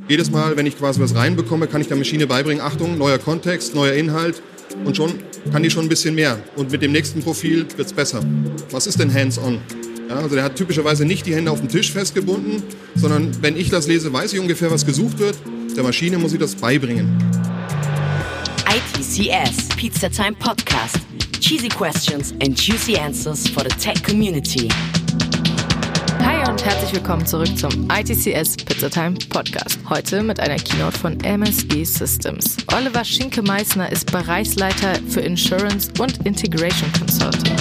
Jedes Mal, wenn ich quasi was reinbekomme, kann ich der Maschine beibringen, Achtung, neuer Kontext, neuer Inhalt und schon kann die schon ein bisschen mehr. Und mit dem nächsten Profil wird es besser. Was ist denn hands-on? Ja, also der hat typischerweise nicht die Hände auf dem Tisch festgebunden, sondern wenn ich das lese, weiß ich ungefähr, was gesucht wird. Der Maschine muss ich das beibringen. ITCS Pizza Time Podcast. Cheesy questions and juicy answers for the tech community. Hi und herzlich willkommen zurück zum ITCS Pizza Time Podcast. Heute mit einer Keynote von MSG Systems. Oliver Schinke-Meissner ist Bereichsleiter für Insurance und Integration Consulting.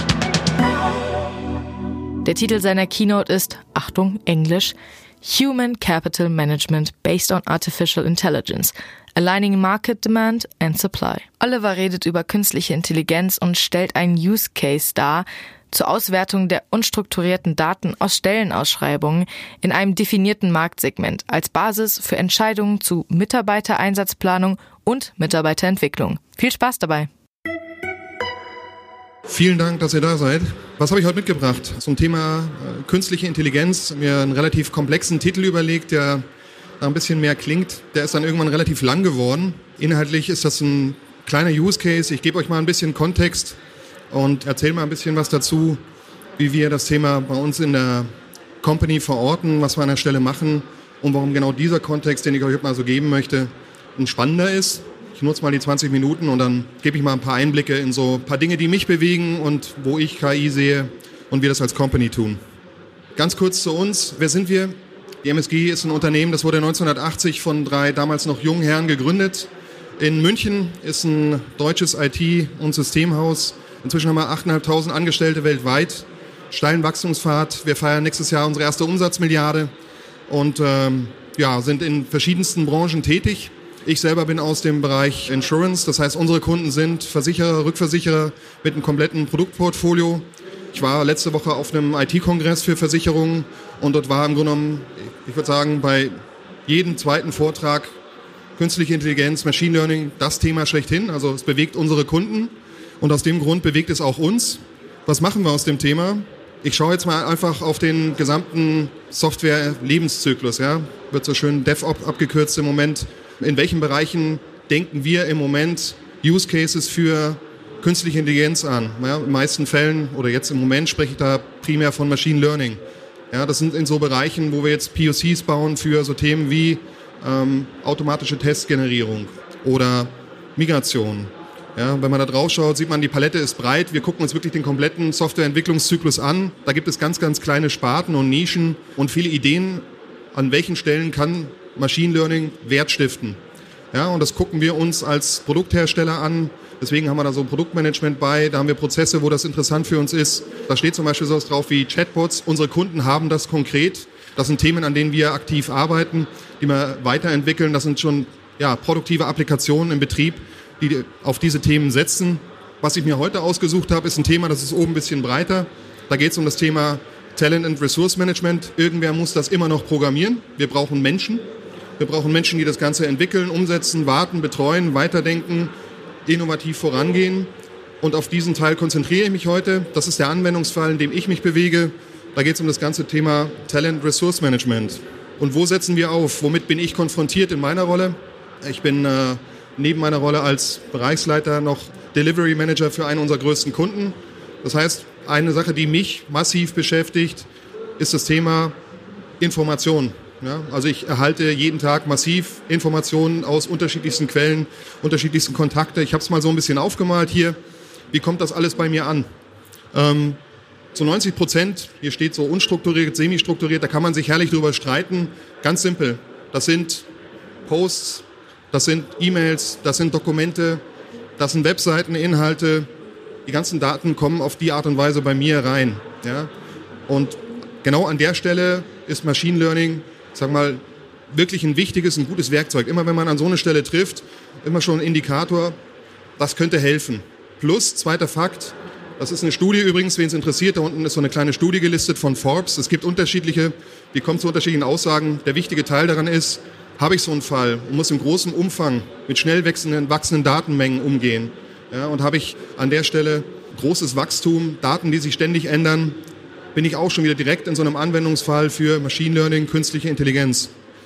Der Titel seiner Keynote ist, Achtung, Englisch, Human Capital Management based on Artificial Intelligence, Aligning Market Demand and Supply. Oliver redet über künstliche Intelligenz und stellt einen Use Case dar zur Auswertung der unstrukturierten Daten aus Stellenausschreibungen in einem definierten Marktsegment als Basis für Entscheidungen zu Mitarbeitereinsatzplanung und Mitarbeiterentwicklung. Viel Spaß dabei! Vielen Dank, dass ihr da seid. Was habe ich heute mitgebracht? Zum Thema künstliche Intelligenz. Mir einen relativ komplexen Titel überlegt, der da ein bisschen mehr klingt. Der ist dann irgendwann relativ lang geworden. Inhaltlich ist das ein kleiner Use Case. Ich gebe euch mal ein bisschen Kontext und erzähle mal ein bisschen was dazu, wie wir das Thema bei uns in der Company verorten, was wir an der Stelle machen und warum genau dieser Kontext, den ich euch heute mal so geben möchte, ein spannender ist. Ich nutze mal die 20 Minuten und dann gebe ich mal ein paar Einblicke in so ein paar Dinge, die mich bewegen und wo ich KI sehe und wir das als Company tun. Ganz kurz zu uns. Wer sind wir? Die MSG ist ein Unternehmen, das wurde 1980 von 3 damals noch jungen Herren gegründet. In München ist ein deutsches IT- und Systemhaus. Inzwischen haben wir 8.500 Angestellte weltweit. Steilen Wachstumspfad. Wir feiern nächstes Jahr unsere erste Umsatzmilliarde und sind in verschiedensten Branchen tätig. Ich selber bin aus dem Bereich Insurance, das heißt, unsere Kunden sind Versicherer, Rückversicherer mit einem kompletten Produktportfolio. Ich war letzte Woche auf einem IT-Kongress für Versicherungen und dort war im Grunde genommen, ich würde sagen, bei jedem zweiten Vortrag künstliche Intelligenz, Machine Learning, das Thema schlechthin. Also es bewegt unsere Kunden und aus dem Grund bewegt es auch uns. Was machen wir aus dem Thema? Ich schaue jetzt mal einfach auf den gesamten Software-Lebenszyklus. Ja? Wird so schön DevOps abgekürzt im Moment. In welchen Bereichen denken wir im Moment Use Cases für künstliche Intelligenz an? Ja, in den meisten Fällen, oder jetzt im Moment spreche ich da primär von Machine Learning. Ja, das sind in so Bereichen, wo wir jetzt POCs bauen für so Themen wie automatische Testgenerierung oder Migration. Ja, wenn man da drauf schaut, sieht man, die Palette ist breit. Wir gucken uns wirklich den kompletten Softwareentwicklungszyklus an. Da gibt es ganz, ganz kleine Sparten und Nischen und viele Ideen, an welchen Stellen kann Machine Learning Wert stiften. Ja, und das gucken wir uns als Produkthersteller an. Deswegen haben wir da so ein Produktmanagement bei. Da haben wir Prozesse, wo das interessant für uns ist. Da steht zum Beispiel sowas drauf wie Chatbots. Unsere Kunden haben das konkret. Das sind Themen, an denen wir aktiv arbeiten, die wir weiterentwickeln. Das sind schon produktive Applikationen im Betrieb, die auf diese Themen setzen. Was ich mir heute ausgesucht habe, ist ein Thema, das ist oben ein bisschen breiter. Da geht es um das Thema Talent and Resource Management. Irgendwer muss das immer noch programmieren. Wir brauchen Menschen. Wir brauchen Menschen, die das Ganze entwickeln, umsetzen, warten, betreuen, weiterdenken, innovativ vorangehen. Und auf diesen Teil konzentriere ich mich heute. Das ist der Anwendungsfall, in dem ich mich bewege. Da geht es um das ganze Thema Talent Resource Management. Und wo setzen wir auf? Womit bin ich konfrontiert in meiner Rolle? Ich bin neben meiner Rolle als Bereichsleiter noch Delivery Manager für einen unserer größten Kunden. Das heißt, eine Sache, die mich massiv beschäftigt, ist das Thema Information. Ja, also ich erhalte jeden Tag massiv Informationen aus unterschiedlichsten Quellen, unterschiedlichsten Kontakte. Ich habe es mal so ein bisschen aufgemalt hier. Wie kommt das alles bei mir an? Zu 90%, hier steht so unstrukturiert, semi-strukturiert, da kann man sich herrlich drüber streiten. Ganz simpel. Das sind Posts, das sind E-Mails, das sind Dokumente, das sind Webseiteninhalte. Die ganzen Daten kommen auf die Art und Weise bei mir rein. Ja? Und genau an der Stelle ist Machine Learning, wirklich ein wichtiges, ein gutes Werkzeug. Immer wenn man an so eine Stelle trifft, immer schon ein Indikator, das könnte helfen. Plus, zweiter Fakt, das ist eine Studie übrigens, wen es interessiert, da unten ist so eine kleine Studie gelistet von Forbes. Es gibt unterschiedliche, die kommen zu unterschiedlichen Aussagen. Der wichtige Teil daran ist, habe ich so einen Fall und muss im großen Umfang mit schnell wachsenden Datenmengen umgehen. Ja, und habe ich an der Stelle großes Wachstum, Daten, die sich ständig ändern, bin ich auch schon wieder direkt in so einem Anwendungsfall für Machine Learning, künstliche Intelligenz.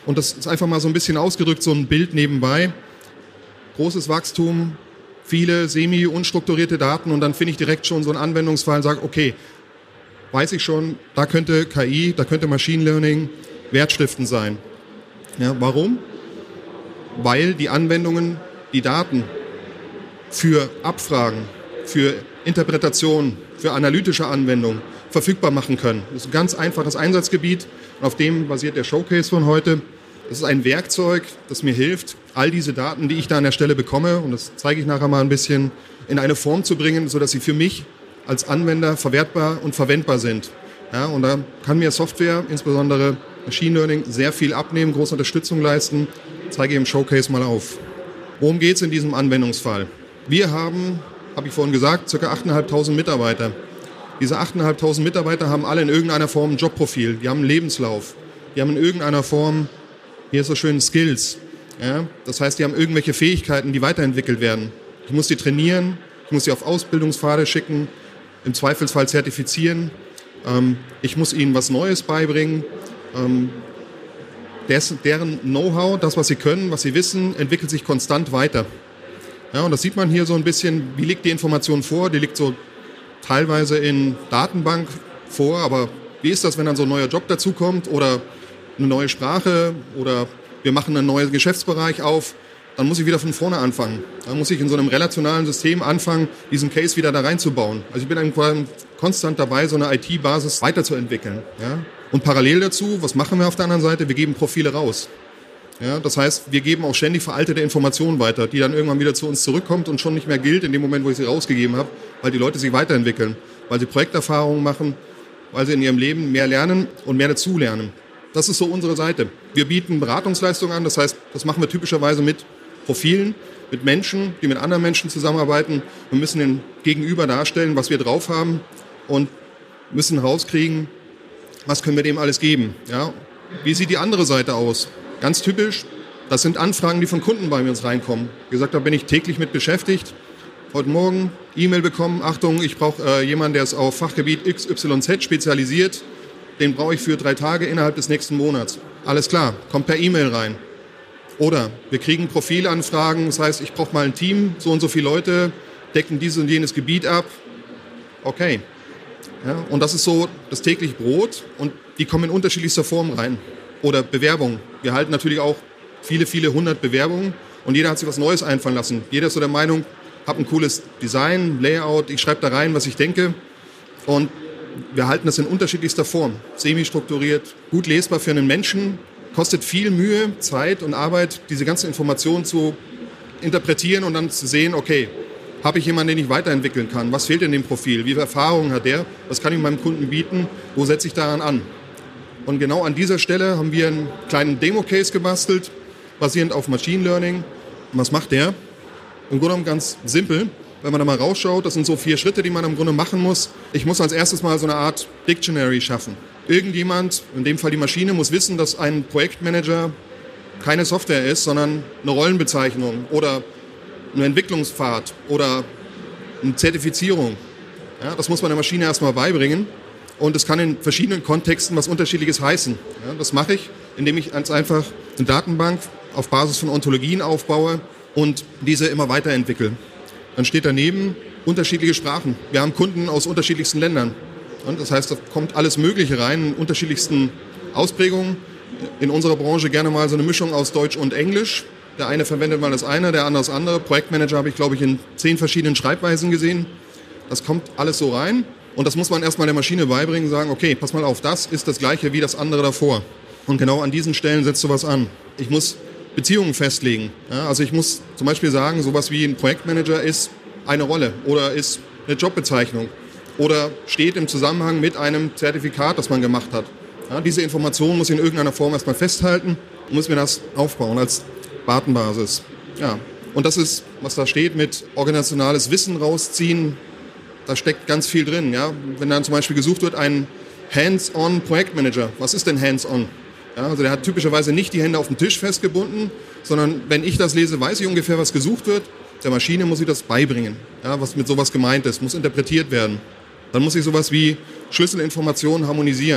Und das ist einfach mal so ein bisschen ausgedrückt, so ein Bild nebenbei. Großes Wachstum, viele semi-unstrukturierte Daten und dann finde ich direkt schon so einen Anwendungsfall und sage, okay, weiß ich schon, da könnte KI, da könnte Machine Learning wertstiftend sein. Ja, warum? Weil die Anwendungen die Daten für Abfragen, für Interpretation, für analytische Anwendungen verfügbar machen können. Das ist ein ganz einfaches Einsatzgebiet und auf dem basiert der Showcase von heute. Das ist ein Werkzeug, das mir hilft, all diese Daten, die ich da an der Stelle bekomme, und das zeige ich nachher mal ein bisschen, in eine Form zu bringen, sodass sie für mich als Anwender verwertbar und verwendbar sind. Ja, und da kann mir Software, insbesondere Machine Learning, sehr viel abnehmen, große Unterstützung leisten. Das zeige ich im Showcase mal auf. Worum geht es in diesem Anwendungsfall? Wir haben, habe ich vorhin gesagt, ca. 8.500 Mitarbeiter. Diese 8.500 Mitarbeiter haben alle in irgendeiner Form ein Jobprofil, die haben einen Lebenslauf, die haben in irgendeiner Form, hier ist so schön, Skills. Ja? Das heißt, die haben irgendwelche Fähigkeiten, die weiterentwickelt werden. Ich muss die trainieren, ich muss sie auf Ausbildungspfade schicken, im Zweifelsfall zertifizieren. Ich muss ihnen was Neues beibringen. Deren Know-how, das, was sie können, was sie wissen, entwickelt sich konstant weiter. Ja, und das sieht man hier so ein bisschen, wie liegt die Information vor? Die liegt so teilweise in Datenbank vor, aber wie ist das, wenn dann so ein neuer Job dazukommt oder eine neue Sprache oder wir machen einen neuen Geschäftsbereich auf, dann muss ich wieder von vorne anfangen. Dann muss ich in so einem relationalen System anfangen, diesen Case wieder da reinzubauen. Also ich bin konstant dabei, so eine IT-Basis weiterzuentwickeln. Ja? Und parallel dazu, was machen wir auf der anderen Seite? Wir geben Profile raus. Ja, das heißt, wir geben auch ständig veraltete Informationen weiter, die dann irgendwann wieder zu uns zurückkommt und schon nicht mehr gilt in dem Moment, wo ich sie rausgegeben habe, weil die Leute sich weiterentwickeln, weil sie Projekterfahrungen machen, weil sie in ihrem Leben mehr lernen und mehr dazulernen. Das ist so unsere Seite. Wir bieten Beratungsleistungen an, das heißt, das machen wir typischerweise mit Profilen, mit Menschen, die mit anderen Menschen zusammenarbeiten. Wir müssen den Gegenüber darstellen, was wir drauf haben und müssen rauskriegen, was können wir dem alles geben. Ja? Wie sieht die andere Seite aus? Ganz typisch, das sind Anfragen, die von Kunden bei uns reinkommen. Wie gesagt, da bin ich täglich mit beschäftigt. Heute Morgen E-Mail bekommen, Achtung, ich brauche jemanden, der ist auf Fachgebiet XYZ spezialisiert. Den brauche ich für 3 Tage innerhalb des nächsten Monats. Alles klar, kommt per E-Mail rein. Oder wir kriegen Profilanfragen, das heißt, ich brauche mal ein Team, so und so viele Leute, decken dieses und jenes Gebiet ab. Okay. Ja, und das ist so das tägliche Brot und die kommen in unterschiedlichster Form rein. Oder Bewerbungen. Wir halten natürlich auch viele, viele 100 Bewerbungen und jeder hat sich was Neues einfallen lassen. Jeder ist so der Meinung, habe ein cooles Design, Layout, ich schreibe da rein, was ich denke. Und wir halten das in unterschiedlichster Form. Semi-strukturiert, gut lesbar für einen Menschen, kostet viel Mühe, Zeit und Arbeit, diese ganzen Informationen zu interpretieren und dann zu sehen, okay, habe ich jemanden, den ich weiterentwickeln kann? Was fehlt in dem Profil? Wie viel Erfahrung hat der? Was kann ich meinem Kunden bieten? Wo setze ich daran an? Und genau an dieser Stelle haben wir einen kleinen Demo-Case gebastelt, basierend auf Machine Learning. Und was macht der? Im Grunde genommen ganz simpel. Wenn man da mal rausschaut, das sind so 4 Schritte, die man im Grunde machen muss. Ich muss als erstes mal so eine Art Dictionary schaffen. Irgendjemand, in dem Fall die Maschine, muss wissen, dass ein Projektmanager keine Software ist, sondern eine Rollenbezeichnung oder ein Entwicklungspfad oder eine Zertifizierung. Ja, das muss man der Maschine erstmal beibringen. Und es kann in verschiedenen Kontexten was Unterschiedliches heißen. Ja, das mache ich, indem ich einfach eine Datenbank auf Basis von Ontologien aufbaue und diese immer weiterentwickle. Dann steht daneben unterschiedliche Sprachen. Wir haben Kunden aus unterschiedlichsten Ländern. Und das heißt, da kommt alles Mögliche rein in unterschiedlichsten Ausprägungen. In unserer Branche gerne mal so eine Mischung aus Deutsch und Englisch. Der eine verwendet mal das eine, der andere das andere. Projektmanager habe ich, glaube ich, in 10 verschiedenen Schreibweisen gesehen. Das kommt alles so rein. Und das muss man erstmal der Maschine beibringen, sagen, okay, pass mal auf, das ist das Gleiche wie das andere davor. Und genau an diesen Stellen setzt du was an. Ich muss Beziehungen festlegen. Ja, also ich muss zum Beispiel sagen, sowas wie ein Projektmanager ist eine Rolle oder ist eine Jobbezeichnung oder steht im Zusammenhang mit einem Zertifikat, das man gemacht hat. Ja, diese Information muss ich in irgendeiner Form erstmal festhalten und muss mir das aufbauen als Datenbasis. Ja, und das ist, was da steht mit organisationales Wissen rausziehen. Da steckt ganz viel drin. Ja? Wenn dann zum Beispiel gesucht wird, ein Hands-on-Projektmanager. Was ist denn Hands-on? Ja, also der hat typischerweise nicht die Hände auf dem Tisch festgebunden, sondern wenn ich das lese, weiß ich ungefähr, was gesucht wird. Der Maschine muss ich das beibringen, ja, was mit sowas gemeint ist, muss interpretiert werden. Dann muss ich sowas wie Schlüsselinformationen harmonisieren.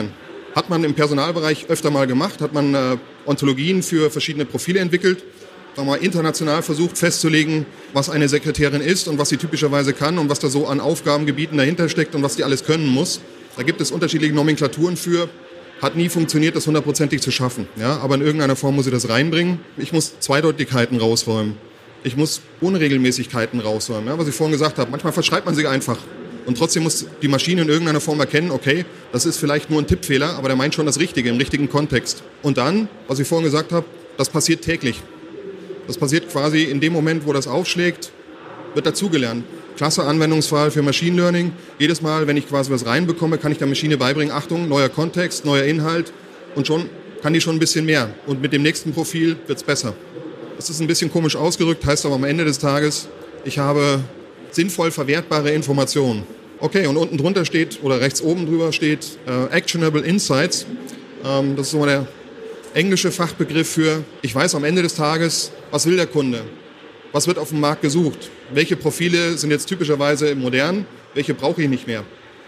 Hat man im Personalbereich öfter mal gemacht, hat man Ontologien für verschiedene Profile entwickelt, haben wir international versucht festzulegen, was eine Sekretärin ist und was sie typischerweise kann und was da so an Aufgabengebieten dahinter steckt und was die alles können muss. Da gibt es unterschiedliche Nomenklaturen für. Hat nie funktioniert, das 100%ig zu schaffen. Ja, aber in irgendeiner Form muss ich das reinbringen. Ich muss Zweideutigkeiten rausräumen. Ich muss Unregelmäßigkeiten rausräumen. Ja, was ich vorhin gesagt habe, manchmal verschreibt man sich einfach. Und trotzdem muss die Maschine in irgendeiner Form erkennen, okay, das ist vielleicht nur ein Tippfehler, aber der meint schon das Richtige, im richtigen Kontext. Und dann, was ich vorhin gesagt habe, das passiert täglich. Das passiert quasi in dem Moment, wo das aufschlägt, wird dazugelernt. Klasse Anwendungsfall für Machine Learning. Jedes Mal, wenn ich quasi was reinbekomme, kann ich der Maschine beibringen, Achtung, neuer Kontext, neuer Inhalt und schon kann die schon ein bisschen mehr. Und mit dem nächsten Profil wird's besser. Das ist ein bisschen komisch ausgedrückt, heißt aber am Ende des Tages, ich habe sinnvoll verwertbare Informationen. Okay, und unten drunter steht, oder rechts oben drüber steht Actionable Insights. Das ist so der englische Fachbegriff für, ich weiß am Ende des Tages, was will der Kunde? Was wird auf dem Markt gesucht? Welche Profile sind jetzt typischerweise modern? Welche brauche ich nicht mehr?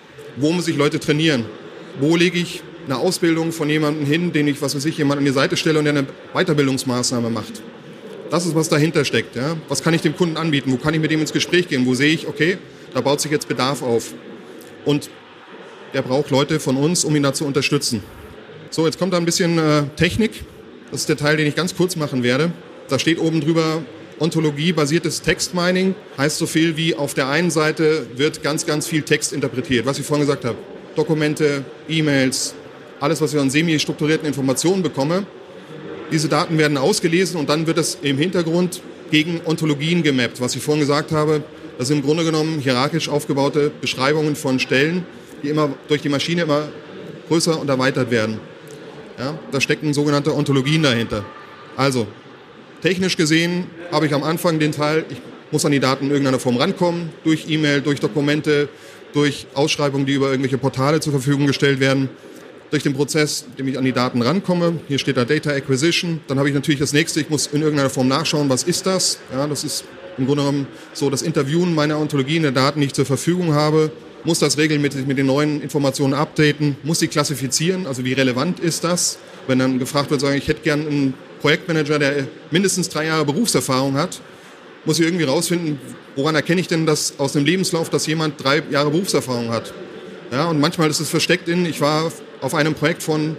Wo muss ich Leute trainieren? Wo lege ich eine Ausbildung von jemandem hin, den ich, jemand an die Seite stelle und der eine Weiterbildungsmaßnahme macht? Das ist, was dahinter steckt. Ja? Was kann ich dem Kunden anbieten? Wo kann ich mit ihm ins Gespräch gehen? Wo sehe ich, okay, da baut sich jetzt Bedarf auf. Und der braucht Leute von uns, um ihn da zu unterstützen. So, jetzt kommt da ein bisschen Technik. Das ist der Teil, den ich ganz kurz machen werde. Da steht oben drüber, Ontologie-basiertes Textmining heißt so viel wie, auf der einen Seite wird ganz, ganz viel Text interpretiert, was ich vorhin gesagt habe. Dokumente, E-Mails, alles, was ich an semi-strukturierten Informationen bekomme. Diese Daten werden ausgelesen und dann wird es im Hintergrund gegen Ontologien gemappt. Was ich vorhin gesagt habe, das sind im Grunde genommen hierarchisch aufgebaute Beschreibungen von Stellen, die immer durch die Maschine immer größer und erweitert werden. Ja, da stecken sogenannte Ontologien dahinter. Also, technisch gesehen habe ich am Anfang den Teil, ich muss an die Daten in irgendeiner Form rankommen, durch E-Mail, durch Dokumente, durch Ausschreibungen, die über irgendwelche Portale zur Verfügung gestellt werden, durch den Prozess, in dem ich an die Daten rankomme. Hier steht da Data Acquisition. Dann habe ich natürlich das nächste, ich muss in irgendeiner Form nachschauen, was ist das? Ja, das ist im Grunde genommen so das Interviewen meiner Ontologien, der Daten, die ich zur Verfügung habe. Muss das regelmäßig mit den neuen Informationen updaten, muss sie klassifizieren, also wie relevant ist das? Wenn dann gefragt wird, sagen, ich hätte gern einen Projektmanager, der mindestens 3 Jahre Berufserfahrung hat, muss ich irgendwie rausfinden, woran erkenne ich denn das aus einem Lebenslauf, dass jemand 3 Jahre Berufserfahrung hat. Ja, und manchmal ist es versteckt ich war auf einem Projekt von,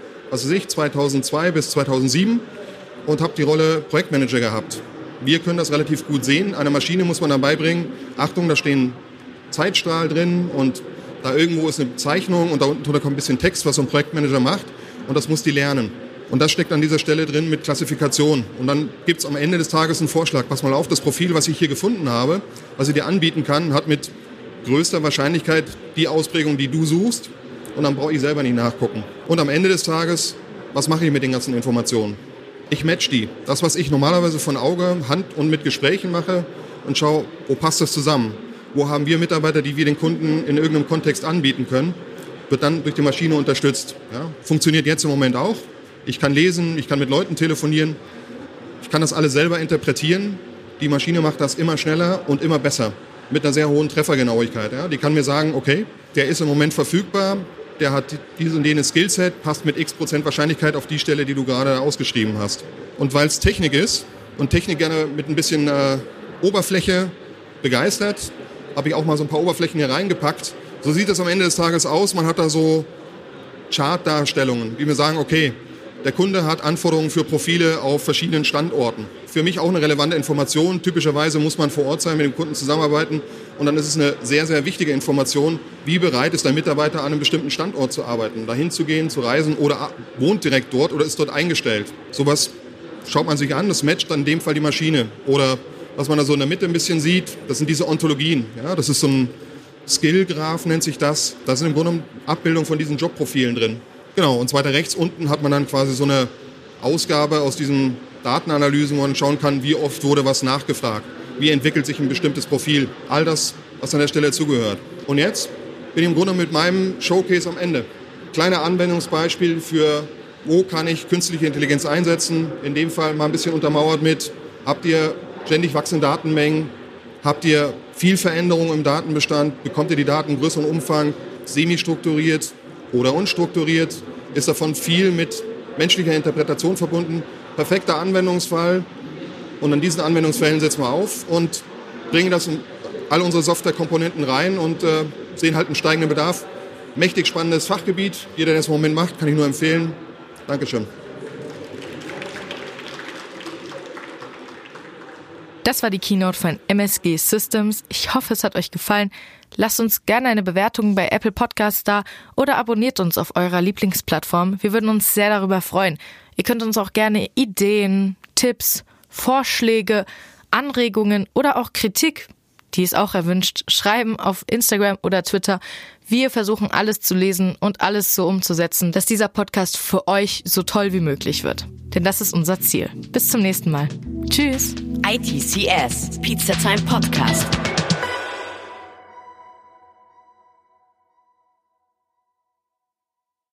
2002 bis 2007 und habe die Rolle Projektmanager gehabt. Wir können das relativ gut sehen. Einer Maschine muss man dann beibringen, Achtung, da stehen Zeitstrahl drin und da irgendwo ist eine Zeichnung und da unten drunter kommt ein bisschen Text, was so ein Projektmanager macht und das muss die lernen. Und das steckt an dieser Stelle drin mit Klassifikation. Und dann gibt es am Ende des Tages einen Vorschlag. Pass mal auf, das Profil, was ich hier gefunden habe, was ich dir anbieten kann, hat mit größter Wahrscheinlichkeit die Ausprägung, die du suchst. Und dann brauche ich selber nicht nachgucken. Und am Ende des Tages, was mache ich mit den ganzen Informationen? Ich match die. Das, was ich normalerweise von Auge, Hand und mit Gesprächen mache und schaue, wo passt das zusammen? Wo haben wir Mitarbeiter, die wir den Kunden in irgendeinem Kontext anbieten können? Wird dann durch die Maschine unterstützt. Ja? Funktioniert jetzt im Moment auch. Ich kann lesen, ich kann mit Leuten telefonieren, ich kann das alles selber interpretieren. Die Maschine macht das immer schneller und immer besser, mit einer sehr hohen Treffergenauigkeit. Ja? Die kann mir sagen, okay, der ist im Moment verfügbar, der hat dieses und jenes Skillset, passt mit x% Wahrscheinlichkeit auf die Stelle, die du gerade ausgeschrieben hast. Und weil es Technik ist und Technik gerne mit ein bisschen Oberfläche begeistert, habe ich auch mal so ein paar Oberflächen hier reingepackt. So sieht es am Ende des Tages aus. Man hat da so Chartdarstellungen, die mir sagen, okay, der Kunde hat Anforderungen für Profile auf verschiedenen Standorten. Für mich auch eine relevante Information. Typischerweise muss man vor Ort sein, mit dem Kunden zusammenarbeiten. Und dann ist es eine sehr, sehr wichtige Information, wie bereit ist der Mitarbeiter, an einem bestimmten Standort zu arbeiten, dahin zu gehen, zu reisen oder wohnt direkt dort oder ist dort eingestellt. Sowas schaut man sich an, das matcht dann in dem Fall die Maschine. Oder was man da so in der Mitte ein bisschen sieht, das sind diese Ontologien. Ja, das ist so ein Skill-Graph, nennt sich das. Da sind im Grunde Abbildungen von diesen Jobprofilen drin. Genau, und weiter rechts unten hat man dann quasi so eine Ausgabe aus diesen Datenanalysen, wo man schauen kann, wie oft wurde was nachgefragt, wie entwickelt sich ein bestimmtes Profil, all das, was an der Stelle zugehört. Und jetzt bin ich im Grunde mit meinem Showcase am Ende. Kleiner Anwendungsbeispiel für, wo kann ich künstliche Intelligenz einsetzen, in dem Fall mal ein bisschen untermauert mit, habt ihr ständig wachsende Datenmengen, habt ihr viel Veränderung im Datenbestand, bekommt ihr die Daten in größerem Umfang, semi-strukturiert oder unstrukturiert, ist davon viel mit menschlicher Interpretation verbunden. Perfekter Anwendungsfall. Und an diesen Anwendungsfällen setzen wir auf und bringen das in all unsere Softwarekomponenten rein und sehen halt einen steigenden Bedarf. Mächtig spannendes Fachgebiet. Jeder, der es im Moment macht, kann ich nur empfehlen. Dankeschön. Das war die Keynote von MSG Systems. Ich hoffe, es hat euch gefallen. Lasst uns gerne eine Bewertung bei Apple Podcasts da oder abonniert uns auf eurer Lieblingsplattform. Wir würden uns sehr darüber freuen. Ihr könnt uns auch gerne Ideen, Tipps, Vorschläge, Anregungen oder auch Kritik, die ist auch erwünscht, schreiben auf Instagram oder Twitter. Wir versuchen alles zu lesen und alles so umzusetzen, dass dieser Podcast für euch so toll wie möglich wird. Denn das ist unser Ziel. Bis zum nächsten Mal. Tschüss. ITCS, Pizza Time Podcast.